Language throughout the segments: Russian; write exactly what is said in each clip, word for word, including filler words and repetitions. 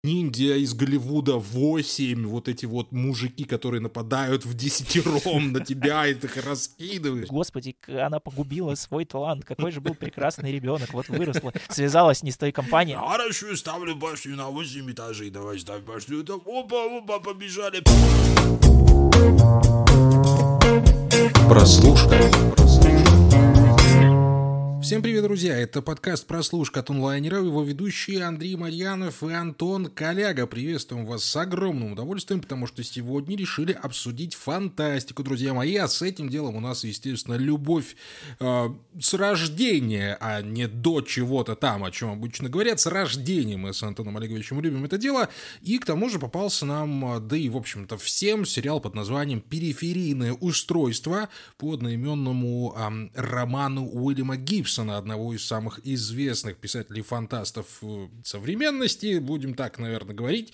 Ниндзя из Голливуда восемь, вот эти вот мужики, которые нападают в десятером на тебя, и ты их раскидываешь. Господи, она погубила свой талант. Какой же был прекрасный ребенок. Вот выросла, связалась не с той компанией. Хорошо, ставлю башню на восемь этажей. Давай ставь башню. Опа, опа, побежали. Прослушка. Всем привет, друзья! Это подкаст «Прослушка» от онлайнера, его ведущие Андрей Марьянов и Антон Коляга. Приветствуем вас с огромным удовольствием, потому что сегодня решили обсудить фантастику, друзья мои. А с этим делом у нас, естественно, любовь э, с рождения, а не до чего-то там, о чем обычно говорят. С рождения мы с Антоном Олеговичем любим это дело. И к тому же попался нам, да и, в общем-то, всем сериал под названием «Периферийное устройство» по одноименному э, роману Уильяма Гибсона, одного из самых известных писателей-фантастов современности, будем так, наверное, говорить.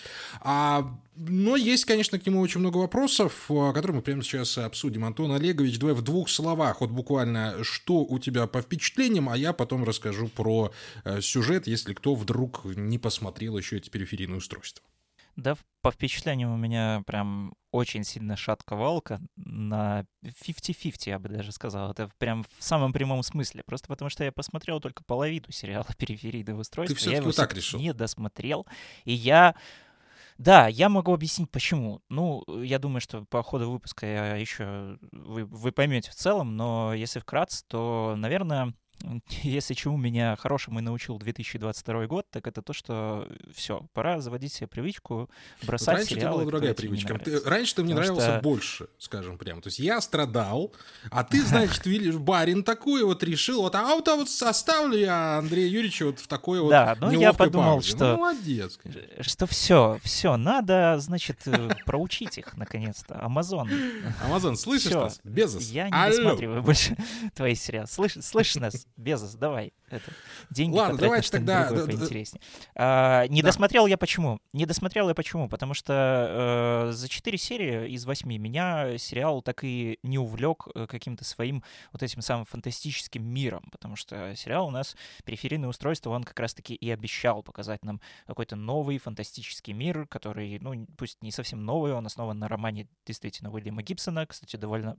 А, но есть, конечно, к нему очень много вопросов, которые мы прямо сейчас обсудим. Антон Олегович, давай в двух словах, вот буквально, что у тебя по впечатлениям, а я потом расскажу про сюжет, если кто вдруг не посмотрел еще эти периферийные устройства. Да, по впечатлениям у меня прям очень сильно шатка-валка на пятьдесят на пятьдесят, я бы даже сказал. Это прям в самом прямом смысле. Просто потому что я посмотрел только половину сериала «Периферийное устройство». Ты все-таки я его вот так решил? Не досмотрел. И я... Да, я могу объяснить, почему. Ну, я думаю, что по ходу выпуска я еще... Вы, вы поймете в целом, но если вкратце, то, наверное... Если чему меня хорошему и научил две тысячи двадцать второй год, так это то, что все, пора заводить себе привычку бросать раньше сериалы. Раньше была другая привычка. Ты, раньше ты мне Потому нравился что... больше, скажем прямо. То есть я страдал, а ты, значит, видишь, барин такой вот решил, вот, а вот, а вот составлю я Андрея Юрьевича вот в такой вот да, ну я подумал, паузе. что, ну, молодец, конечно. Что все, все, надо, значит, проучить их, наконец-то. Амазон. Амазон, слышишь Всё. нас? Безос. Я не Алло. досматриваю больше твои сериалы. Слышь, слышишь нас? Безос, давай. Это. Деньги Ладно, давайте тогда... другое поинтереснее. А, не да. досмотрел я почему? Не досмотрел я почему? Потому что э, за четыре серии из восьми меня сериал так и не увлек каким-то своим вот этим самым фантастическим миром. Потому что сериал у нас «Периферийное устройство», он как раз-таки и обещал показать нам какой-то новый фантастический мир, который, ну, пусть не совсем новый, он основан на романе действительно Уильяма Гибсона, кстати, довольно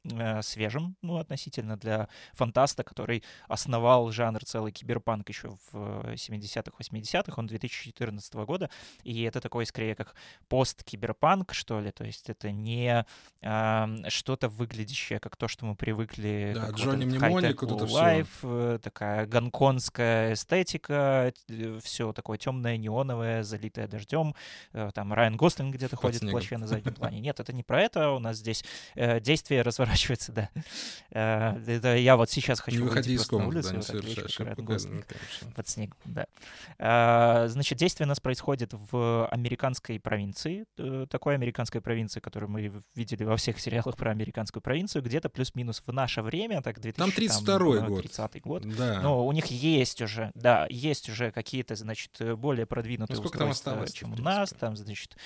свежим, ну, относительно для фантаста, который основал жанр целый киберпанк еще в семидесятых, восьмидесятых, он две тысячи четырнадцатого года, и это такой, скорее, как пост-киберпанк, что ли, то есть это не а, что-то выглядящее, как то, что мы привыкли, да, как Джонни вот Мнемоник, вот это Life, все. Такая гонконгская эстетика, все такое темное, неоновое, залитое дождем, там Райан Гослинг где-то ходит в плаще на заднем плане. Нет, это не про это, у нас здесь э, действие разворачивается да. Это я вот сейчас хочу не выходи из комнаты, улицу, да, не вот совершаешь ошибку. Под снег, да. А, значит, действие у нас происходит в американской провинции, такой американской провинции, которую мы видели во всех сериалах про американскую провинцию, где-то плюс-минус в наше время, так две тысячи там тридцать второй там, год. тридцатый год. Да. Но у них есть уже, да, есть уже какие-то, значит, более продвинутые ну, устройства, там осталось, чем у нас, там, значит,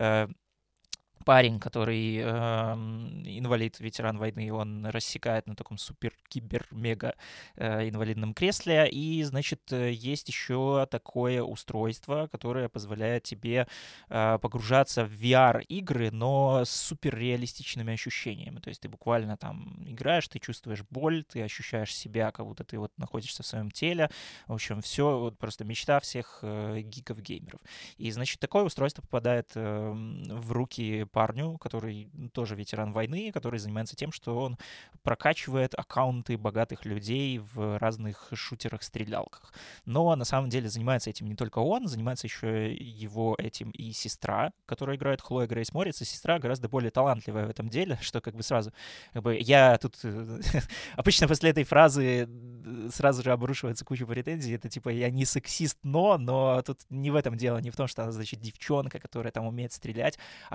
парень, который э, инвалид, ветеран войны, он рассекает на таком супер-кибер-мега э, инвалидном кресле, и, значит, есть еще такое устройство, которое позволяет тебе э, погружаться в ви ар-игры, но с суперреалистичными ощущениями, то есть ты буквально там играешь, ты чувствуешь боль, ты ощущаешь себя, как будто ты вот находишься в своем теле, в общем, все вот просто мечта всех э, гиков-геймеров. И, значит, такое устройство попадает э, в руки парню, который тоже ветеран войны, который занимается тем, что он прокачивает аккаунты богатых людей в разных шутерах-стрелялках. Но на самом деле занимается этим не только он, занимается еще его этим и сестра, которая играет Хлоя Грейс Морец, и сестра гораздо более талантливая в этом деле, что как бы сразу... Как бы я тут... Обычно после этой фразы сразу же обрушивается куча претензий, это типа я не сексист, но, но тут не в этом дело, не в том, что она, значит, девчонка, которая там умеет стрелять, а в том, что это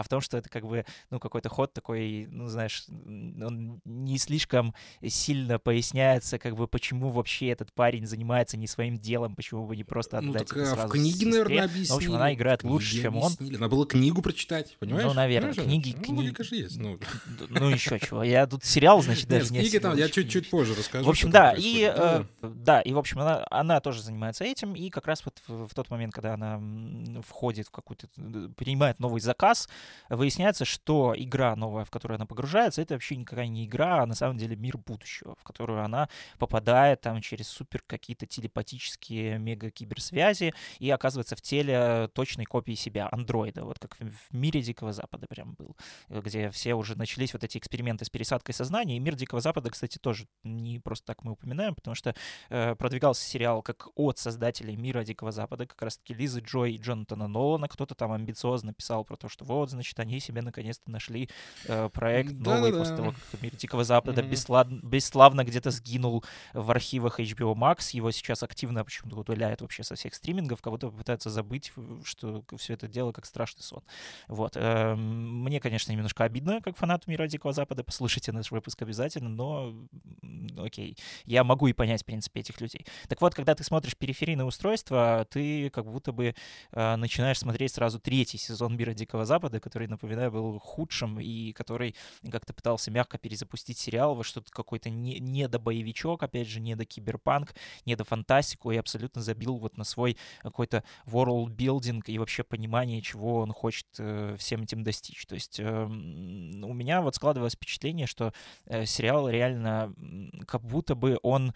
это как бы, ну, какой-то ход такой, ну, знаешь, он не слишком сильно поясняется, как бы, почему вообще этот парень занимается не своим делом, почему бы не просто Ну, отдать так это а, сразу в книге, сестре. наверное, Ну, объяснили. в общем, она играет В книге лучше, чем он. объяснили. Надо было книгу прочитать, понимаешь? Ну, наверное, Понимаешь, книги... ну, кни... логика же есть. Ну, ну еще чего. Я тут сериал, значит, даже Нет, не книги там я оценил, чуть-чуть позже расскажу. В общем, что там да, происходит. и, э, Да. да, и, в общем, она, она тоже занимается этим, и как раз вот в, в тот момент, когда она м, входит в какую-то, э, принимает новый заказ, выясняется, что игра новая, в которую она погружается, это вообще никакая не игра, а на самом деле мир будущего, в которую она попадает там через супер какие-то телепатические мега-киберсвязи и оказывается в теле точной копии себя, андроида, вот как в, в мире Дикого Запада прям был, где все уже начались вот эти эксперименты с пересадкой сознания, и мир Дикого Запада, кстати, тоже не просто так мы упоминаем, потому что э, продвигался сериал как от создателей мира Дикого Запада, как раз-таки Лизы Джой и Джонатана Нолана. Кто-то там амбициозно писал про то, что вот, значит, они себе наконец-то нашли э, проект новый Да-да-да. после того, как мир Дикого Запада Мгм. бесславно, бесславно где-то сгинул в архивах эйч би о Max. Его сейчас активно почему-то удаляют вообще со всех стримингов, кого-то пытаются забыть, что все это дело как страшный сон. Вот. Э, мне, конечно, немножко обидно, как фанату мира Дикого Запада. Послушайте наш выпуск обязательно, но окей, я могу и понять, в принципе, этих людей. Так вот, когда ты смотришь периферийное устройство, ты как будто бы э, начинаешь смотреть сразу третий сезон «Мира Дикого Запада», который, напоминаю, был худшим и который как-то пытался мягко перезапустить сериал во что-то какой-то не, недобоевичок, опять же, недокиберпанк, недофантастику, и абсолютно забил вот на свой какой-то world building и вообще понимание, чего он хочет э, всем этим достичь. То есть э, у меня вот складывалось впечатление, что э, сериал реально как будто бы он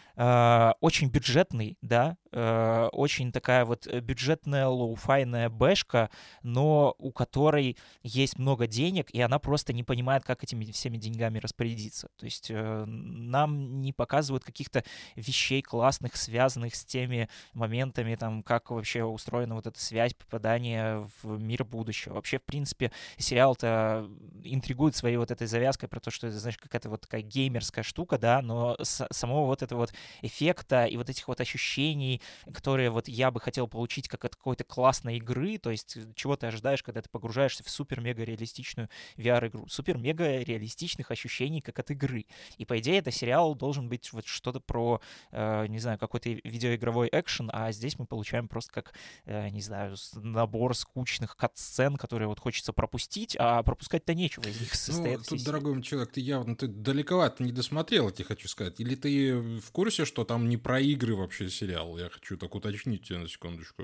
э, очень бюджетный, да, э, очень такая вот бюджетная лоу-файная бэшка, но у которой есть много денег, и она просто не понимает, как этими всеми деньгами распорядиться. То есть э, нам не показывают каких-то вещей классных, связанных с теми моментами, там, как вообще устроена вот эта связь попадания в мир будущего. Вообще, в принципе, сериал-то интригует своей вот этой завязкой про то, что это, знаешь, какая-то вот такая геймерская штука, да, но с- самого вот этого вот эффекта и вот этих вот ощущений, которые вот я бы хотел получить как от какой-то классной игры, то есть чего ты ожидаешь, когда ты погружаешься в супер-мега-реалистичную ви ар-игру. Супер-мега-реалистичных ощущений, как от игры. И, по идее, это сериал должен быть вот что-то про, э, не знаю, какой-то видеоигровой экшен, а здесь мы получаем просто как, э, не знаю, набор скучных кат-сцен, которые вот хочется пропустить, а пропускать-то нечего, из них состоят Ну, все тут, серии. дорогой мой человек, ты явно ты далековато не досмотрел, я тебе хочу сказать. Или ты в курсе, что там не про игры вообще сериал? Я хочу так уточнить тебя на секундочку.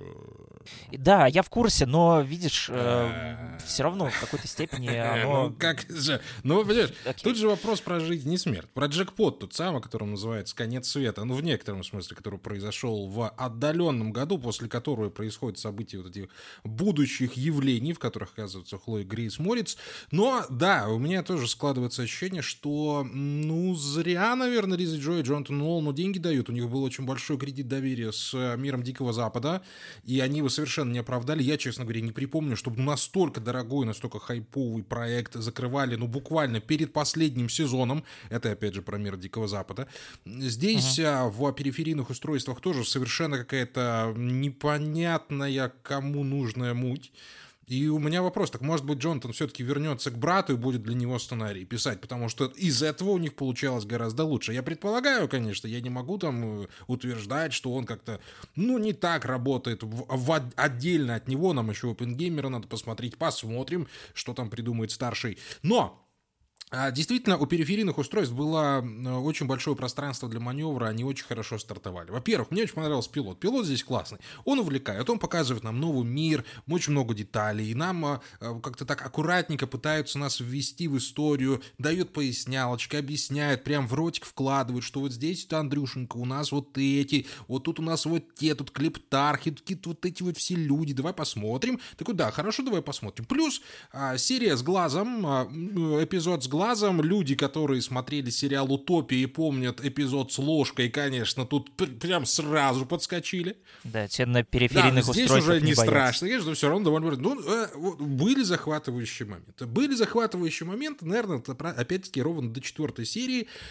Да, я в курсе, но, видишь, э, все равно в какой-то степени оно... Ну, как же... Ну, понимаешь, Окей. тут же вопрос про жизнь и смерть. Про джекпот тот самый, который называется «Конец света». Ну, в некотором смысле, который произошел в отдаленном году, после которого происходят события вот этих будущих явлений, в которых оказывается Хлоя Грейс Морец. Но, да, у меня тоже складывается ощущение, что, ну, зря, наверное, Лиза Джой и Джонатан Нолану деньги дают. У них был очень большой кредит доверия с миром Дикого Запада, и они его совершенно не оправдали. Я, честно говоря, не припомню, чтобы настолько дорогой, настолько хайповый проект закрывали, ну, буквально перед последним сезоном. Это, опять же, про мир Дикого Запада. Здесь uh-huh. в периферийных устройствах тоже совершенно какая-то непонятная, кому нужная муть. И у меня вопрос, так может быть Джонатан все-таки вернется к брату и будет для него сценарий писать, потому что из этого у них получалось гораздо лучше. Я предполагаю, конечно, я не могу там утверждать, что он как-то, ну, не так работает. В, в, отдельно от него нам еще OpenGamer надо посмотреть, посмотрим, что там придумает старший. Но... Действительно, у периферийных устройств было очень большое пространство для маневра, они очень хорошо стартовали. Во-первых, мне очень понравился пилот. Пилот здесь классный. Он увлекает, он показывает нам новый мир, очень много деталей, и нам как-то так аккуратненько пытаются нас ввести в историю, дают пояснялочки, объясняют, прям в ротик вкладывают, что вот здесь, Андрюшенька, у нас вот эти, вот тут у нас вот те, тут клептархи, тут вот эти вот все люди, давай посмотрим. Такой, да, хорошо, давай посмотрим. Плюс серия с глазом, эпизод с глазом, Глазом. Люди, которые смотрели сериал «Утопия» и помнят эпизод с ложкой, конечно, тут пр- прям сразу подскочили. Да, те на периферийных да, здесь устройствах уже не, не страшно, конечно, но все равно довольно... Ну, э, были захватывающие моменты. Были захватывающие моменты, наверное, это, опять-таки, ровно до четвертой серии,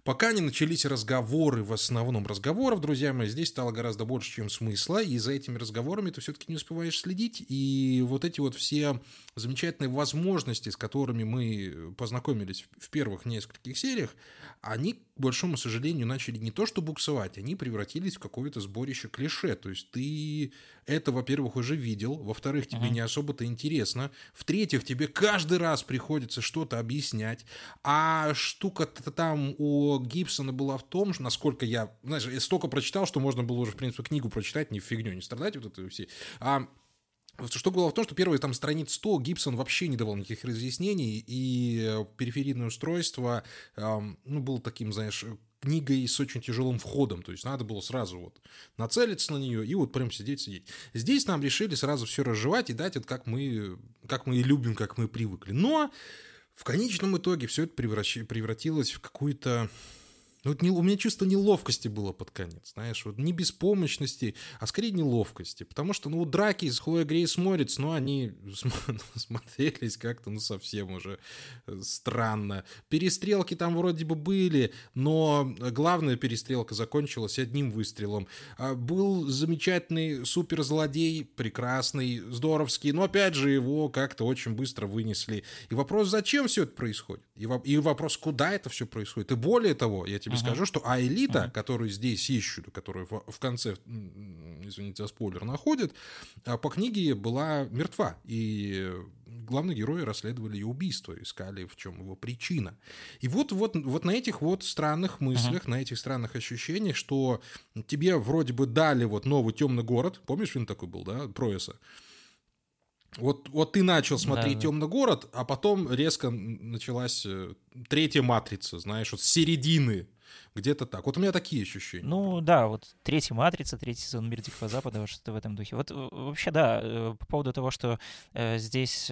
Пока не начались разговоры, в основном разговоров, друзья мои, здесь стало гораздо больше, чем смысла, и за этими разговорами ты все-таки не успеваешь следить, и вот эти вот все замечательные возможности, с которыми мы познакомились в первых нескольких сериях, они, к большому сожалению, начали не то что буксовать, они превратились в какое-то сборище клише, то есть ты это, во-первых, уже видел, во-вторых, тебе uh-huh. не особо-то интересно, в-третьих, тебе каждый раз приходится что-то объяснять, а штука-то там у Гибсона была в том, что, насколько я, знаешь, я столько прочитал, что можно было уже, в принципе, книгу прочитать, не в фигню не страдать вот это все, а что было в том, что первые там страниц сто Гибсон вообще не давал никаких разъяснений, и периферийное устройство, эм, ну, было таким, знаешь, книгой с очень тяжелым входом, то есть надо было сразу вот нацелиться на нее и вот прям сидеть-сидеть. Здесь нам решили сразу все разжевать и дать это, как мы, как мы и любим, как мы привыкли. Но в конечном итоге все это превратилось в какую-то... Ну, вот не, у меня чувство неловкости было под конец, знаешь, вот не беспомощности, а скорее неловкости, потому что, ну, драки с Хлоей Грейс Морец, ну, они смотрелись как-то, ну, совсем уже странно. Перестрелки там вроде бы были, но главная перестрелка закончилась одним выстрелом. Был замечательный суперзлодей, прекрасный, здоровский, но, опять же, его как-то очень быстро вынесли. И вопрос, зачем все это происходит? И, во- и вопрос, куда это все происходит? И более того, я тебе uh-huh. скажу, что Аэлита, uh-huh. которую здесь ищут, которую в, в конце, извините за спойлер, находят, по книге была мертва. И главные герои расследовали ее убийство, искали, в чем его причина. И вот, вот, вот на этих вот странных мыслях, uh-huh. на этих странных ощущениях, что тебе вроде бы дали вот новый «Темный город», помнишь, фильм такой был, да, Проэса? Вот, вот ты начал смотреть да, «Темный да. город», а потом резко началась третья «Матрица», знаешь, вот с середины, где-то так. Вот у меня такие ощущения. Ну да, вот третья «Матрица», третий сезон «Мир Дикого Запада», вот что-то в этом духе. Вот вообще да, по поводу того, что э, здесь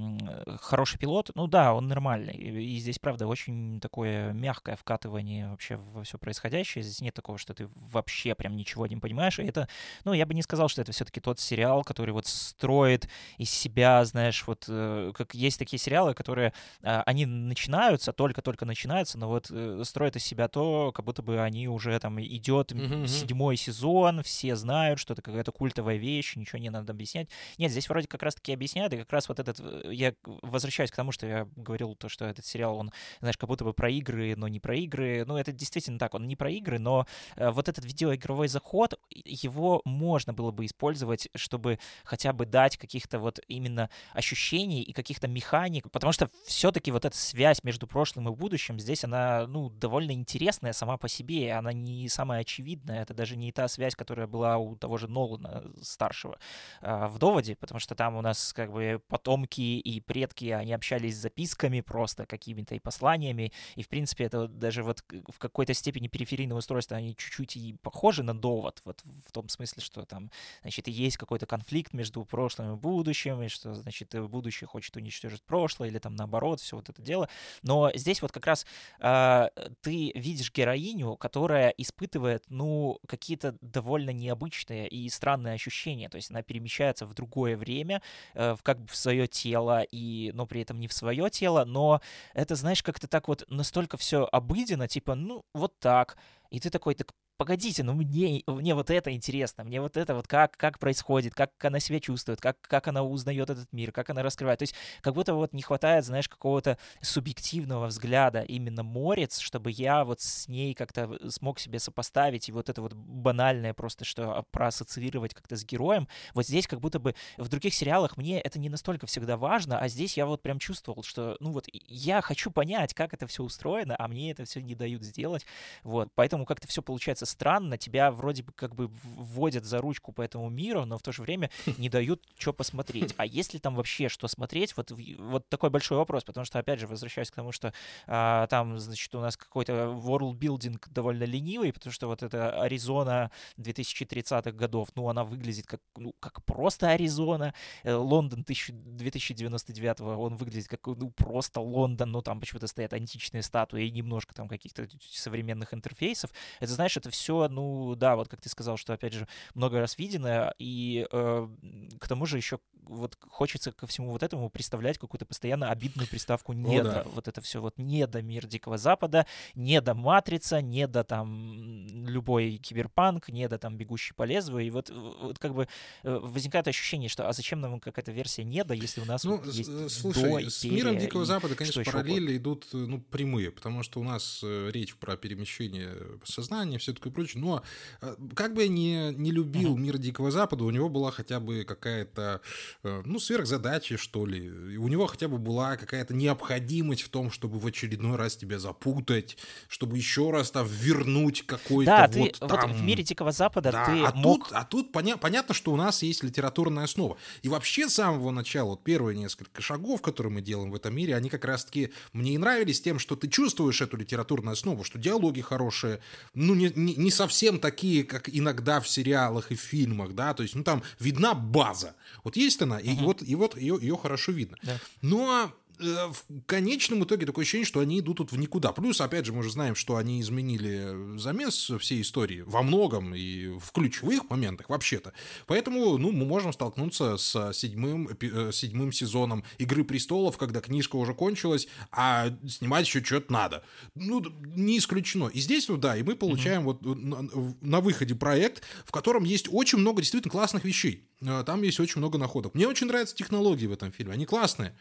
э, хороший пилот, ну да, он нормальный. И, и здесь, правда, очень такое мягкое вкатывание вообще во все происходящее. Здесь нет такого, что ты вообще прям ничего не понимаешь. И это, ну, я бы не сказал, что это все-таки тот сериал, который вот строит из себя, знаешь, вот э, как есть такие сериалы, которые, э, они начинаются, только-только начинаются, но вот э, строят из себя то, как будто бы они уже там идет uh-huh. седьмой сезон, все знают, что это какая-то культовая вещь, ничего не надо объяснять. Нет, здесь вроде как раз-таки объясняют, и как раз вот этот, я возвращаюсь к тому, что я говорил, то, что этот сериал, он, знаешь, как будто бы про игры, но не про игры. Ну, это действительно так, он не про игры, но вот этот видеоигровой заход, его можно было бы использовать, чтобы хотя бы дать каких-то вот именно ощущений и каких-то механик, потому что все-таки вот эта связь между прошлым и будущим, здесь она, ну, довольно интересная сама по себе, она не самая очевидная, это даже не та связь, которая была у того же Нолана старшего э, в «Доводе», потому что там у нас как бы потомки и предки, они общались записками просто какими-то и посланиями, и в принципе это даже вот в какой-то степени периферийного устройства они чуть-чуть и похожи на «Довод», вот в том смысле, что там, значит, есть какой-то конфликт между прошлым и будущим, и что, значит, будущее хочет уничтожить прошлое, или там наоборот, все вот это дело, но здесь вот как раз э, ты видишь героиню, которая испытывает, ну, какие-то довольно необычные и странные ощущения. То есть она перемещается в другое время, э, в, как бы в свое тело, и, но при этом не в свое тело, но это, знаешь, как-то так вот настолько все обыденно, типа, ну, вот так. И ты такой, так погодите, ну мне, мне вот это интересно, мне вот это вот как, как происходит, как она себя чувствует, как, как она узнает этот мир, как она раскрывает. То есть как будто вот не хватает, знаешь, какого-то субъективного взгляда именно Морец, чтобы я вот с ней как-то смог себе сопоставить и вот это вот банальное просто, что проассоциировать как-то с героем. Вот здесь как будто бы в других сериалах мне это не настолько всегда важно, а здесь я вот прям чувствовал, что, ну вот, я хочу понять, как это все устроено, а мне это все не дают сделать. Вот, поэтому как-то все получается странно, тебя вроде бы как бы вводят за ручку по этому миру, но в то же время не дают что посмотреть. А есть ли там вообще что смотреть? Вот, вот такой большой вопрос, потому что, опять же, возвращаюсь к тому, что а, там, значит, у нас какой-то world-building довольно ленивый, потому что вот эта Аризона две тысячи тридцатых годов, ну, она выглядит как, ну, как просто Аризона. Лондон две тысячи девяносто девятого, он выглядит как, ну, просто Лондон, но там почему-то стоят античные статуи и немножко там каких-то современных интерфейсов. Это, знаешь, это все, ну, да, вот как ты сказал, что, опять же, много раз видено, и э, к тому же еще вот хочется ко всему вот этому представлять какую-то постоянно обидную приставку «недо». О, да. Вот это все вот «недо» мир Дикого Запада, «недо» Матрица, «недо» там любой киберпанк, «недо» там «Бегущий по лезвию». И вот, вот как бы возникает ощущение, что а зачем нам какая-то версия «недо», если у нас ну, вот есть слушай, до, с миром Дикого и Запада, конечно, параллели угодно. идут ну, прямые, потому что у нас э, речь про перемещение сознания, все такое прочее. Но э, как бы я не, не любил uh-huh. мир Дикого Запада, у него была хотя бы какая-то, э, ну, сверхзадача, что ли. И у него хотя бы была какая-то необходимость в том, чтобы в очередной раз тебя запутать, чтобы еще раз там вернуть какой-то да, вот ты, там... вот в мире Дикого Запада да, ты а мог... Тут, а тут поня- понятно, что у нас есть литературная основа. И вообще с самого начала, вот первые несколько шагов, которые мы делаем в этом мире, они как раз-таки мне и нравились тем, что ты чувствуешь эту литературную основу, что диалоги хорошие, ну, не, не, не совсем такие, как иногда в сериалах и фильмах, да, то есть, ну, там видна база. Вот есть она, и, uh-huh. и вот, и вот ее, ее хорошо видно. Да. Но... в конечном итоге такое ощущение, что они идут тут в никуда. Плюс, опять же, мы уже знаем, что они изменили замес всей истории во многом и в ключевых моментах вообще-то. Поэтому, ну, мы можем столкнуться с седьмым, седьмым сезоном «Игры престолов», когда книжка уже кончилась, а снимать еще что-то надо. Ну, не исключено. И здесь, ну, да, и мы получаем mm-hmm. вот на, на выходе проект, в котором есть очень много действительно классных вещей. Там есть очень много находок. Мне очень нравятся технологии в этом фильме. Они классные.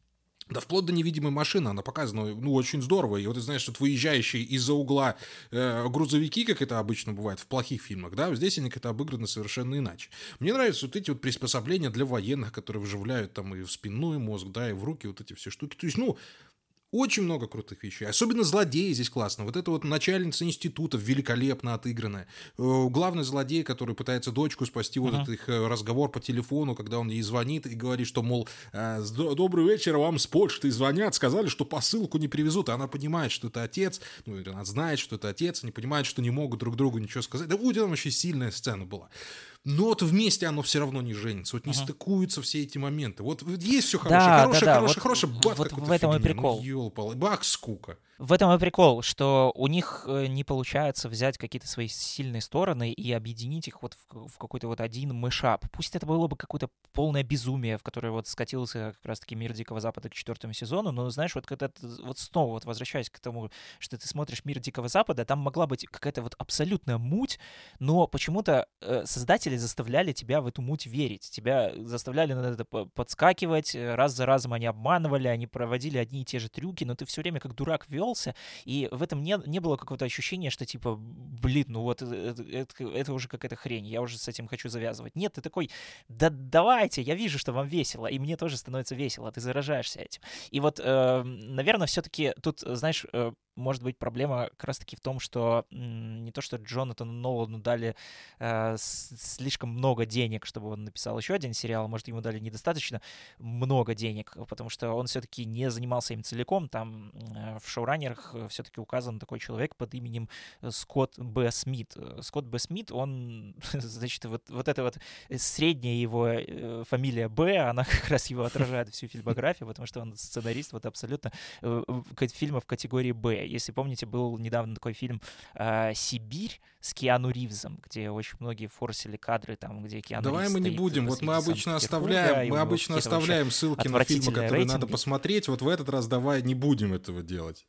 Да вплоть до невидимой машины, она показана, ну, очень здорово. И вот ты знаешь, что выезжающие из-за угла э, грузовики, как это обычно бывает в плохих фильмах, да, здесь они как-то обыграны совершенно иначе. Мне нравятся вот эти вот приспособления для военных, которые вживляют там и в спинной мозг, да, и в руки вот эти все штуки. То есть, ну, очень много крутых вещей. Особенно злодеи здесь классно. Вот эта вот начальница института великолепно отыгранная. Главный злодей, который пытается дочку спасти, uh-huh. вот этот их разговор по телефону, когда он ей звонит и говорит, что, мол, добрый вечер, вам с почты звонят, сказали, что посылку не привезут. А она понимает, что это отец, ну, она знает, что это отец, не понимает, что не могут друг другу ничего сказать. Да, у тебя вообще сильная сцена была. Но вот вместе оно все равно не женится. Вот не uh-huh. стыкуются все эти моменты. Вот есть все хорошее, да, хорошее, да, хорошее, да. хорошее, вот, бах, вот какой-то в этом фигня. и прикол. Ну, ёлпал, бах, скука. В этом и прикол, что у них не получается взять какие-то свои сильные стороны и объединить их вот в, в какой-то вот один мышап. Пусть это было бы какое-то полное безумие, в которое вот скатился как раз-таки мир Дикого Запада к четвертому сезону, но, знаешь, вот когда ты вот снова вот возвращаясь к тому, что ты смотришь мир Дикого Запада, там могла быть какая-то вот абсолютная муть, но почему-то э, создатели заставляли тебя в эту муть верить, тебя заставляли на это подскакивать, раз за разом они обманывали, они проводили одни и те же трюки, но ты все время как дурак вел, и в этом не, не было какого-то ощущения, что типа, блин, ну вот это, это, это уже какая-то хрень, я уже с этим хочу завязывать. Нет, ты такой, да давайте, я вижу, что вам весело, и мне тоже становится весело, ты заражаешься этим. И вот, э, наверное, все-таки тут, знаешь, э, может быть проблема как раз-таки в том, что м, не то, что Джонатану Нолану дали э, с, слишком много денег, чтобы он написал еще один сериал, может, ему дали недостаточно много денег, потому что он все-таки не занимался им целиком, там э, в шоураннерах все-таки указан такой человек под именем Скотт Б. Смит. Скотт Б. Смит, он, значит, вот, вот эта вот средняя его э, фамилия Б, она как раз его отражает всю фильмографию, потому что он сценарист вот абсолютно э, фильмов категории Б. Если помните, был недавно такой фильм э, «Сибирь» с Киану Ривзом, где очень многие форсили кадры, там, где Киану Давай Ривз мы не будем, вот мы обычно оставляем, мы обычно оставляем ссылки на фильмы, которые рейтинги. Надо посмотреть, вот в этот раз давай не будем этого делать.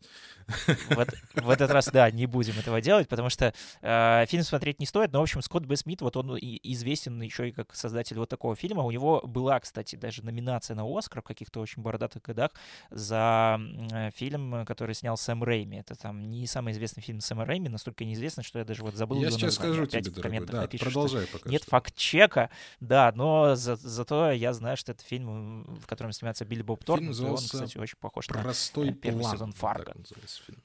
Вот, в этот раз, да, не будем этого делать, потому что э, фильм смотреть не стоит, но, в общем, Скотт Б. Смит, вот он и известен еще и как создатель вот такого фильма. У него была, кстати, даже номинация на Оскар в каких-то очень бородатых годах за э, фильм, который снял Сэм Рэйми. Это там не самый известный фильм Сэма Рэйми, настолько неизвестный, что я даже вот забыл я его сейчас название. скажу Опять тебе, в дорогой, комментах да, напишешь, продолжай пока нет что. факт-чека, да, но за, зато я знаю, что это фильм, в котором снимается Билли Боб Торнтон, и он, кстати, очень похож «Простой на первый план», сезон «Фарго». так называется фильм.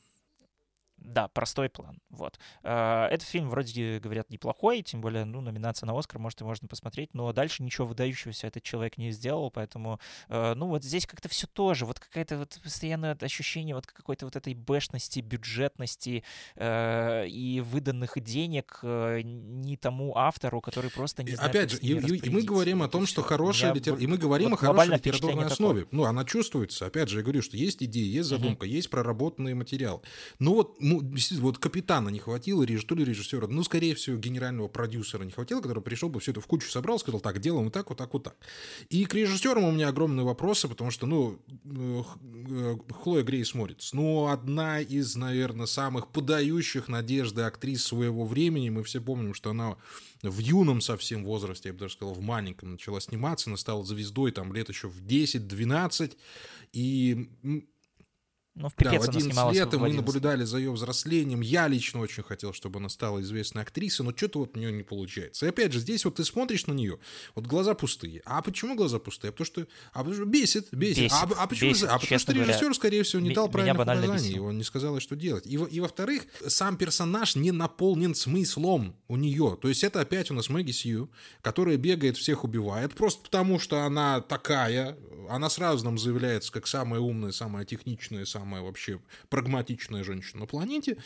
Да, простой план. Вот. Этот фильм, вроде говорят, неплохой, тем более, ну, номинация на Оскар, может, и можно посмотреть, но дальше ничего выдающегося этот человек не сделал, поэтому, ну, вот здесь как-то все тоже, вот какое-то вот постоянное ощущение вот какой-то вот этой бэшности, бюджетности э, и выданных денег э, не тому автору, который просто не знает, опять же, и, и мы говорим о том, что хорошая литера... и мы говорим вот о хорошей литературной основе. Такое. Ну, она чувствуется. Опять же, я говорю, что есть идея, есть задумка, uh-huh. есть проработанный материал. Но вот ну, действительно, вот капитана не хватило, реж... то ли режиссера, ну, скорее всего, генерального продюсера не хватило, который пришел бы все это в кучу собрал, сказал, так, делаем вот так, вот так, вот так. И к режиссерам у меня огромные вопросы, потому что, ну, Хлоя Грейс Морец, ну, одна из, наверное, самых подающих надежды актрис своего времени. Мы все помним, что она в юном совсем возрасте, я бы даже сказал, в маленьком начала сниматься, она стала звездой там лет еще в десять-двенадцать, и... Ну, в да, в одиннадцать лет, и мы одиннадцать. наблюдали за ее взрослением. Я лично очень хотел, чтобы она стала известной актрисой, но что-то вот у нее не получается. И опять же, здесь вот ты смотришь на нее, вот глаза пустые. А почему глаза пустые? Потому что, а потому что бесит, бесит. Бесит, а, а почему? бесит, а потому что режиссер, говоря, скорее всего, не дал правильных указаний, бесило. он не сказал, что делать. И, и во-вторых, сам персонаж не наполнен смыслом у нее. То есть это опять у нас Мэгги Сью, которая бегает, всех убивает, просто потому что она такая, она сразу нам заявляется как самая умная, самая техничная, самая вообще прагматичная женщина на планете.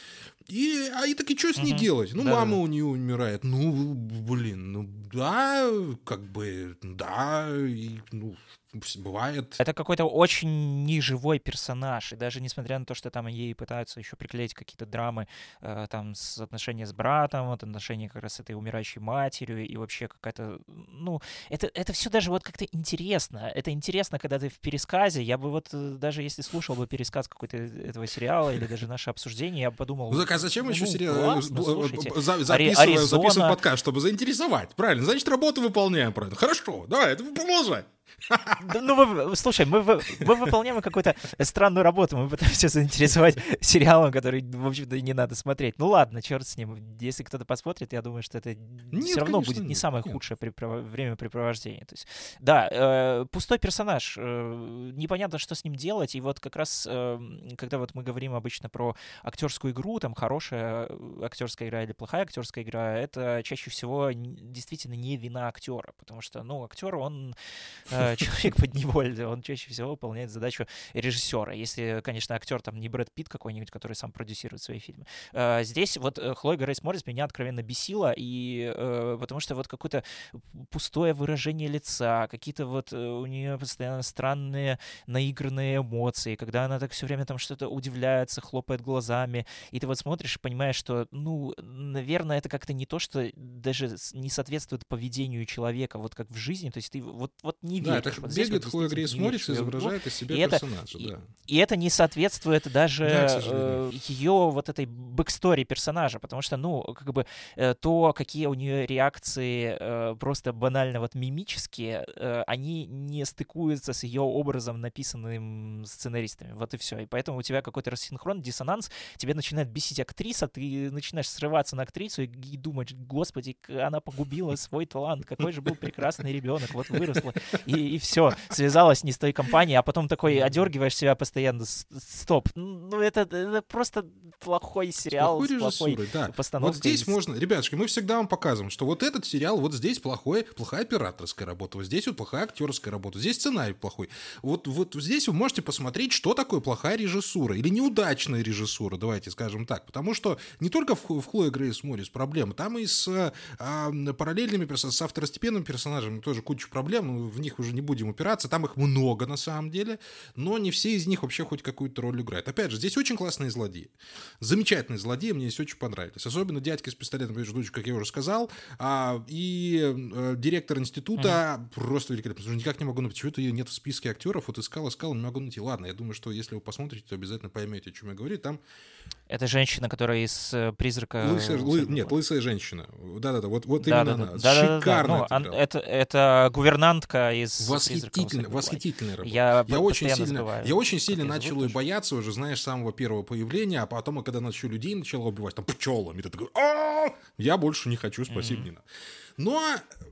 И, а и так и что с ней угу. делать? Ну, да, мама да. у нее умирает. Ну, блин, ну да, как бы, да, и, ну, бывает. Это какой-то очень неживой персонаж, и даже несмотря на то, что там ей пытаются еще приклеить какие-то драмы, э, там, с отношения с братом, вот отношения как раз с этой умирающей матерью, и вообще какая-то, ну, это, это все даже вот как-то интересно. Это интересно, когда ты в пересказе, я бы вот, даже если слушал бы пересказ какой-то этого сериала, или даже наше обсуждение, я бы подумал... Ну так, а зачем ну, еще ну, сериал классно, записываем, записываем подкаст, чтобы заинтересовать? Правильно, значит, работу выполняем, правильно. Хорошо, давай, это продолжай. Да, ну, мы, слушай, мы, мы выполняем какую-то странную работу, мы пытаемся заинтересовать сериалом, который, в общем-то, не надо смотреть. Ну ладно, черт с ним. Если кто-то посмотрит, я думаю, что это нет, все равно будет не нет, самое нет. худшее приправ... времяпрепровождение. То есть, да, э, пустой персонаж, э, непонятно, что с ним делать, и вот как раз, э, когда вот мы говорим обычно про актерскую игру, там, хорошая актерская игра или плохая актерская игра, это чаще всего действительно не вина актера, потому что, ну, актер, он... человек подневольный, он чаще всего выполняет задачу режиссера. Если, конечно, актер там не Брэд Питт какой-нибудь, который сам продюсирует свои фильмы. Здесь вот Хлоя Грейс Морец меня откровенно бесила, и потому что вот какое-то пустое выражение лица, какие-то вот у нее постоянно странные наигранные эмоции, когда она так все время там что-то удивляется, хлопает глазами, и ты вот смотришь и понимаешь, что, ну, наверное, это как-то не то, что даже не соответствует поведению человека, вот как в жизни, то есть ты вот, вот не да, это вот бегает вот Хлоя Грейс Морец и изображает из себя и персонажа. Это, да. и, и это не соответствует даже да, э, ее вот этой бэкстори персонажа, потому что, ну, как бы э, то, какие у нее реакции э, просто банально вот мимические, э, они не стыкуются с ее образом, написанным сценаристами. Вот и все. И поэтому у тебя какой-то рассинхрон, диссонанс, тебе начинает бесить актриса, ты начинаешь срываться на актрису и, и думать, господи, она погубила свой талант, какой же был прекрасный ребенок, вот выросла. И, и все, связалась не с той компанией, а потом такой одергиваешь себя постоянно. Стоп. Ну, это, это просто плохой сериал с плохой, с плохой да. постановкой. Вот здесь можно... Ребятушки, мы всегда вам показываем, что вот этот сериал, вот здесь плохой, плохая операторская работа, вот здесь вот плохая актерская работа, здесь сценарий плохой. Вот, вот здесь вы можете посмотреть, что такое плохая режиссура или неудачная режиссура, давайте скажем так. Потому что не только в, в Хлое Грейс Морец проблемы, там и с а, параллельными персонажами, с второстепенными персонажами тоже куча проблем, в них уже не будем упираться, там их много на самом деле, но не все из них вообще хоть какую-то роль играют. Опять же, здесь очень классные злодеи. Замечательные злодеи, мне здесь очень понравились. Особенно дядька с пистолетом, как я уже сказал, а, и а, директор института mm-hmm. просто великолепно. Никак не могу найти, почему-то ее нет в списке актеров, вот искал, искал, не могу найти. Ладно, я думаю, что если вы посмотрите, то обязательно поймете, о чем я говорю. Там... Это женщина, которая из «Призрака». Лысая, лы... Нет, лысая женщина. Да-да-да, вот, вот да, именно да, она. Да, шикарно да, да. Ну, это, это гувернантка из Восхитительно, восхитительная работа. Я, я, очень сильно, забываю, я очень сильно начал ее бояться уже, знаешь, с самого первого появления, а потом, когда она еще людей начала убивать, там, пчелами, ты такой, а я больше не хочу, спасибо, не надо. Но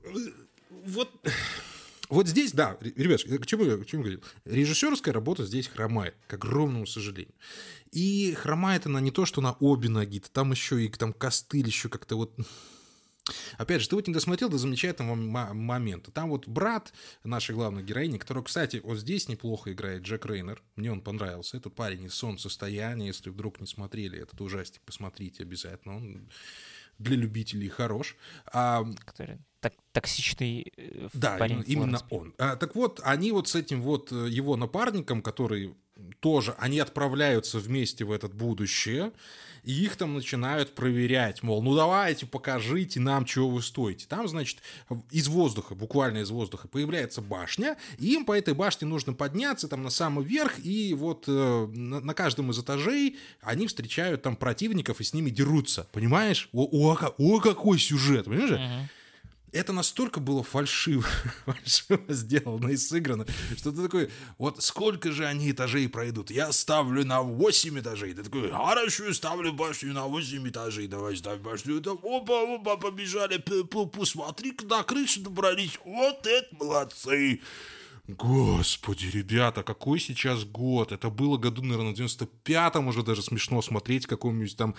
вот... Вот здесь, да, ребят, к чему я говорил? Режиссерская работа здесь хромает, к огромному сожалению. И хромает она не то, что на обе ноги, там еще и там костыль еще как-то вот... Опять же, ты вот не досмотрел до замечательного м- момента. Там вот брат нашей главной героини, который, кстати, вот здесь неплохо играет, Джек Рейнер. Мне он понравился. Этот парень из «Солнцестояния». Если вдруг не смотрели этот ужастик, посмотрите обязательно. Он для любителей хорош. А... Который так, токсичный да, парень. именно, именно он. А, так вот, они вот с этим вот его напарником, который тоже, они отправляются вместе в это будущее, и их там начинают проверять, мол, ну давайте, покажите нам, чего вы стоите. Там, значит, из воздуха, буквально из воздуха, появляется башня, и им по этой башне нужно подняться там на самый верх, и вот э, на, на каждом из этажей они встречают там противников и с ними дерутся, понимаешь? О, о, о какой сюжет, понимаешь? Uh-huh. Это настолько было фальшиво, фальшиво сделано и сыграно, что ты такой, вот сколько же они этажей пройдут? Я ставлю на восемь этажей. Ты такой, хорошо, ставлю башню на восемь этажей. Давай ставь башню. Опа, опа, побежали. Посмотри, на крышу добрались. Вот это молодцы. Господи, ребята, какой сейчас год? Это было году, наверное, в девяносто пятом уже даже смешно смотреть какой-нибудь там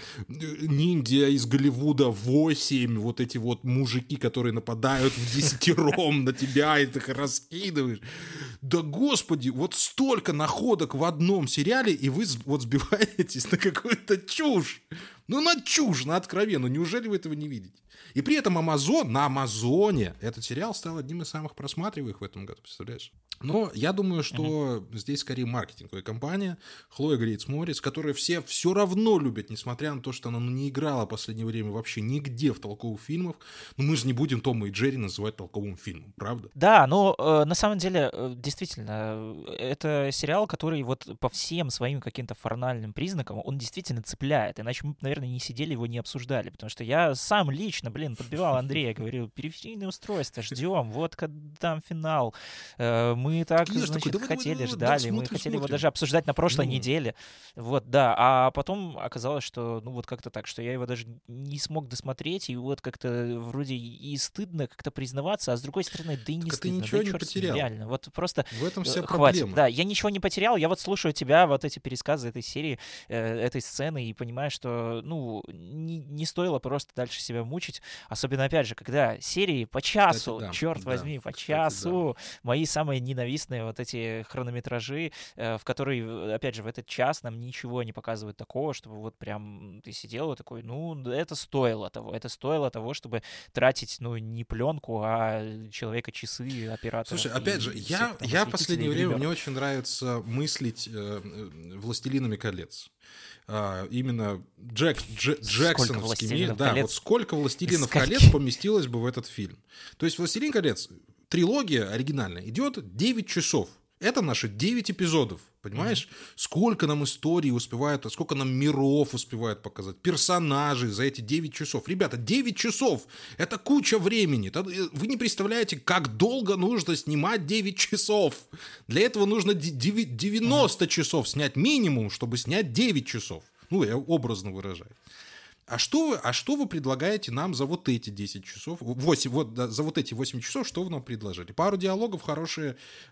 ниндзя из Голливуда восемь, вот эти вот мужики, которые нападают в десятером на тебя, и ты их раскидываешь. Да господи, вот столько находок в одном сериале, и вы вот сбиваетесь на какую-то чушь. Ну, на чушь, на откровенную. Неужели вы этого не видите? И при этом Амазон, на Амазоне этот сериал стал одним из самых просматриваемых в этом году, представляешь? Но я думаю, что uh-huh. здесь скорее маркетинговая компания Хлоя Грейтс Морец, которую все все равно любят, несмотря на то, что она ну, не играла в последнее время вообще нигде в толковых фильмах. Но мы же не будем Тома и Джерри называть толковым фильмом, правда? Да, но э, на самом деле, э, действительно, это сериал, который вот по всем своим каким-то формальным признакам, он действительно цепляет. Иначе мы, наверное, не сидели его, не обсуждали. Потому что я сам лично, блин, подбивал Андрея, говорил, периферийное устройство, ждем, вот когда там финал. Э, Мы так, Конечно, значит, такой, хотели, давай, ждали, да, смотрим, мы хотели смотрим. Его даже обсуждать на прошлой ну. неделе. Вот, да, а потом оказалось, что, ну, вот как-то так, что я его даже не смог досмотреть, и вот как-то вроде и стыдно как-то признаваться, а с другой стороны, да и не так стыдно. Ты ничего да не потерял. Реально, вот просто в этом вся хватит. проблема. Да, я ничего не потерял, я вот слушаю тебя, вот эти пересказы этой серии, э, этой сцены, и понимаю, что, ну, не, не стоило просто дальше себя мучить, особенно, опять же, когда серии по часу, Кстати, да, черт да, возьми, по Кстати, часу, да. мои самые ненавистные вот эти хронометражи, в которые, опять же, в этот час нам ничего не показывают такого, чтобы вот прям ты сидел и такой, ну, это стоило того, это стоило того, чтобы тратить, ну, не пленку, а человека-часы, оператора. Слушай, опять же, я, я в последнее время, мне очень нравится мыслить э, «Властелинами колец». А, именно Джек, Дж, Джексоновскими. Да, колец? Вот сколько «Властелинов колец» поместилось бы в этот фильм. То есть «Властелин колец», трилогия оригинальная, идет девять часов. Это наши девять эпизодов, понимаешь? Mm-hmm. Сколько нам историй успевают, сколько нам миров успевают показать, персонажей за эти девять часов. Ребята, девять часов – это куча времени. Вы не представляете, как долго нужно снимать девять часов. Для этого нужно девяносто mm-hmm. часов снять минимум, чтобы снять девять часов. Ну, я образно выражаю. А что, вы, а что вы предлагаете нам за вот эти десять часов? восемь, вот, да, за вот эти восемь часов что вы нам предложили? Пару диалогов, хорошие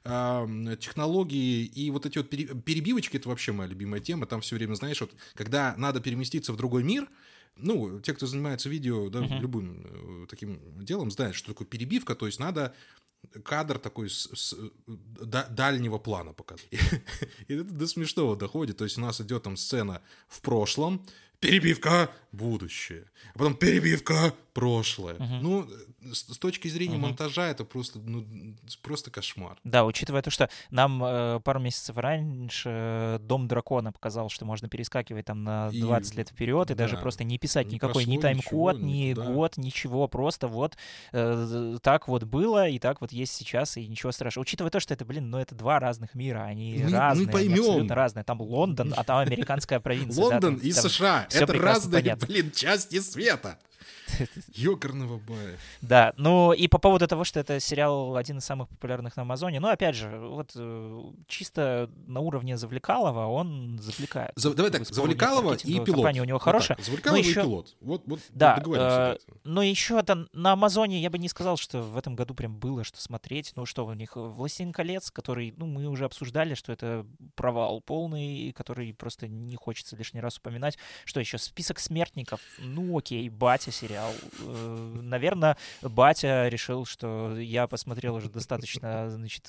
э, технологии и вот эти вот перебивочки, это вообще моя любимая тема. Там все время, знаешь, вот когда надо переместиться в другой мир, ну, те, кто занимается видео, да, uh-huh. любым э, таким делом, знают, что такое перебивка, то есть надо кадр такой с, с да, дальнего плана показать. И, и это до смешного доходит. То есть у нас идет там сцена в прошлом, перебивка будущее, а потом перебивка прошлое. Uh-huh. Ну, с, с точки зрения uh-huh. монтажа это просто, ну, просто кошмар. Да, учитывая то, что нам э, пару месяцев раньше «Дом дракона» показал, что можно перескакивать там на двадцать и, лет вперед, и да, даже просто не писать не никакой ни тайм-код, ни да. год, ничего, просто вот э, так вот было, и так вот есть сейчас, и ничего страшного. Учитывая то, что это, блин, ну это два разных мира, они мы, разные, мы они абсолютно разные. Там Лондон, а там американская провинция. Лондон и США — это разные, блин, части света. Ёкарного бая. Да, ну и по поводу того, что это сериал один из самых популярных на Амазоне, ну опять же, вот чисто на уровне Завлекалова он завлекает. За, давай так, Завлекалова и пилот. Компания у него хорошая. Вот Завлекалова и еще... пилот. Вот, вот да, э, но еще там на Амазоне я бы не сказал, что в этом году прям было что смотреть. Ну что, у них «Властелин колец», который, ну мы уже обсуждали, что это провал полный, который просто не хочется лишний раз упоминать. Что еще? «Список смертников». Ну окей, Батя. батя сериал. Наверное, батя решил, что я посмотрел уже достаточно, значит,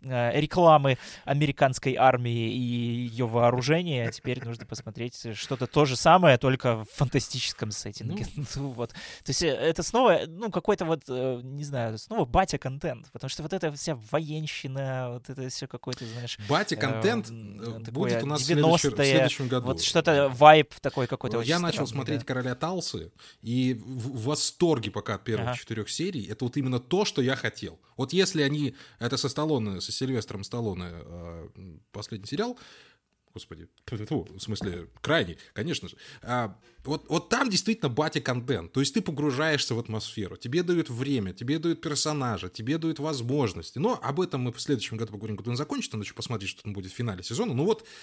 рекламы американской армии и ее вооружения, а теперь нужно посмотреть что-то то же самое, только в фантастическом сеттинге. Ну, вот. То есть это снова, ну, какой-то вот, не знаю, снова батя-контент, потому что вот эта вся военщина, вот это все какой-то, знаешь... Батя-контент э, будет у нас в следующем, в следующем году. Вот что-то вайб такой какой-то очень Я начал странный, смотреть да. «Короля Талсы» и в восторге пока от первых ага. четырех серий. Это вот именно то, что я хотел. Вот если они... Это со Сталлоне, со Сильвестром Сталлоне последний сериал, господи, в смысле, крайний, конечно же. А, вот, вот там действительно батя-контент. То есть ты погружаешься в атмосферу, тебе дают время, тебе дают персонажа, тебе дают возможности. Но об этом мы в следующем году поговорим, когда он закончится, надо еще посмотреть, что там будет в финале сезона. Ну вот,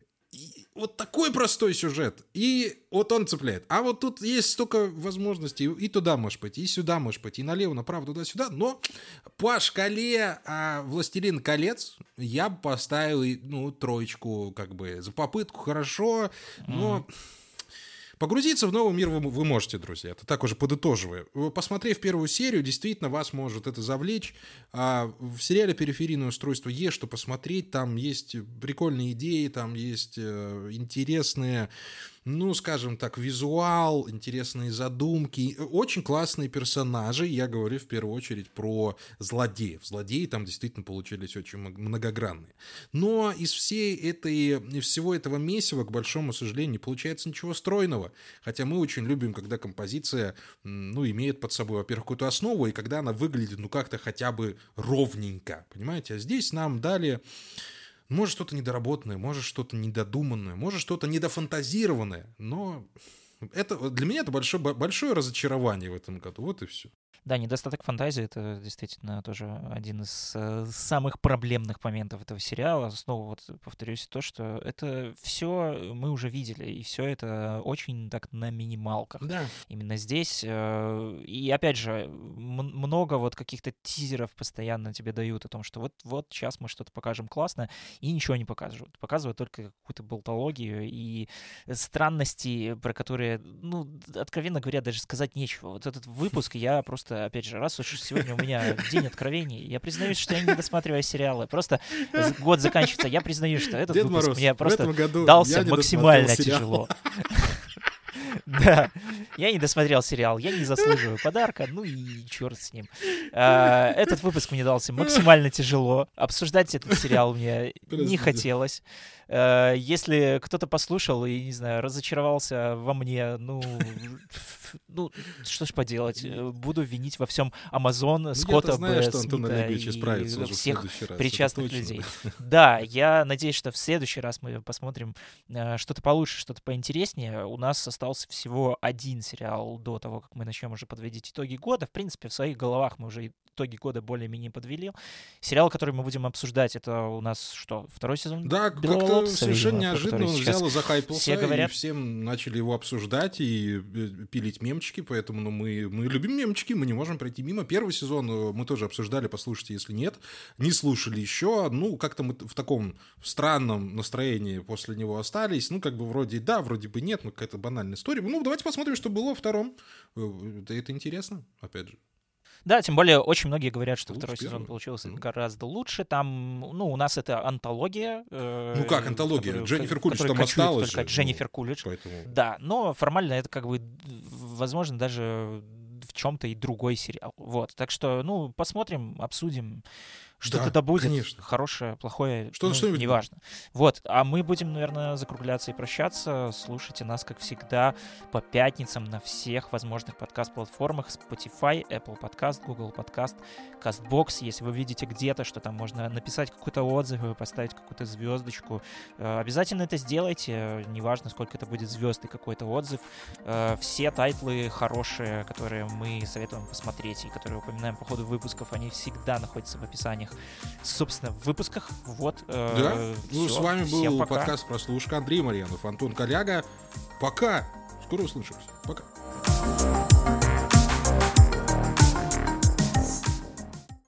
и, вот такой простой сюжет, и вот он цепляет. А вот тут есть столько возможностей, и туда можешь пойти, и сюда можешь пойти, и налево, направо, туда-сюда. Но по шкале а, «Властелин колец» я бы поставил, ну, троечку, как бы, за попытку хорошо, но... Mm-hmm. Погрузиться в новый мир вы, вы можете, друзья. Это так уже подытоживая. Посмотрев первую серию, действительно вас может это завлечь. А в сериале «Периферийное устройство» есть что посмотреть. Там есть прикольные идеи, там есть э, интересные, ну, скажем так, визуал, интересные задумки. Очень классные персонажи. Я говорю в первую очередь про злодеев. Злодеи там действительно получились очень многогранные. Но из всей этой, из всего этого месива, к большому сожалению, не получается ничего стройного. Хотя мы очень любим, когда композиция, ну, имеет под собой, во-первых, какую-то основу, и когда она выглядит, ну, как-то хотя бы ровненько, понимаете? А здесь нам дали, может, что-то недоработанное, может, что-то недодуманное, может, что-то недофантазированное, но это, для меня это большое, большое разочарование в этом году, вот и все. Да, недостаток фантазии — это действительно тоже один из э, самых проблемных моментов этого сериала. Снова вот повторюсь то, что это все мы уже видели, и все это очень так на минималках. Да. Именно здесь. Э, и опять же, м- много вот каких-то тизеров постоянно тебе дают о том, что вот, вот сейчас мы что-то покажем классно, и ничего не показывают. Показывают только какую-то болтологию и странности, про которые, ну, откровенно говоря, даже сказать нечего. Вот этот выпуск я просто опять же, раз уж сегодня у меня день откровений, я признаюсь, что я не досматриваю сериалы. Просто год заканчивается, я признаюсь, что этот Дед выпуск Мороз, мне просто году дался максимально тяжело. Да, я не досмотрел сериал, я не заслуживаю подарка, ну и черт с ним. А, этот выпуск мне дался максимально тяжело, обсуждать этот сериал мне не хотелось. А, если кто-то послушал и, не знаю, разочаровался во мне, ну, ну что ж поделать, буду винить во всем Амазон, Скотта Б. Смита и всех причастных людей. Да, я надеюсь, что в следующий раз мы посмотрим что-то получше, что-то поинтереснее. У нас остался всего один сериал до того, как мы начнем уже подводить итоги года. В принципе, в своих головах мы уже итоги года более-менее подвели. Сериал, который мы будем обсуждать, это у нас что, второй сезон? Да, как-то совершенно неожиданно он взял и захайпился, все говорят... и всем начали его обсуждать и пилить мемчики, поэтому ну, мы, мы любим мемчики, мы не можем пройти мимо. Первый сезон мы тоже обсуждали, послушайте, если нет. Не слушали еще, ну, как-то мы в таком странном настроении после него остались. Ну, как бы вроде да, вроде бы нет, ну, какая-то банальная история. Ну, давайте посмотрим, что было во втором. Это, это интересно, опять же. Да, тем более очень многие говорят, что лучше второй первого. сезон получился Mm-hmm. гораздо лучше. Там, ну, у нас это антология. Э, ну как антология? которую, Дженнифер Кулич там осталась же. Дженнифер ну, Кулич. Поэтому... Да, но формально это как бы, возможно, даже в чем-то и другой сериал. Вот, так что, ну, посмотрим, обсудим. Что-то да, да будет, конечно. хорошее, плохое, что, ну, неважно. Вот, а мы будем, наверное, закругляться и прощаться. Слушайте нас, как всегда, по пятницам на всех возможных подкаст-платформах: Spotify, Apple Podcast, Google Podcast, CastBox. Если вы видите где-то, что там можно написать какой-то отзыв, поставить какую-то звездочку, обязательно это сделайте. Неважно, сколько это будет звезд и какой-то отзыв. Все тайтлы хорошие, которые мы советуем посмотреть и которые упоминаем по ходу выпусков, они всегда находятся в описании. Собственно, в выпусках. Вот. Да. Э, ну, все. с вами был Всем пока. Подкаст «Прослушка». Андрей Марьянов, Антон Коляга. Пока. Скоро услышимся. Пока.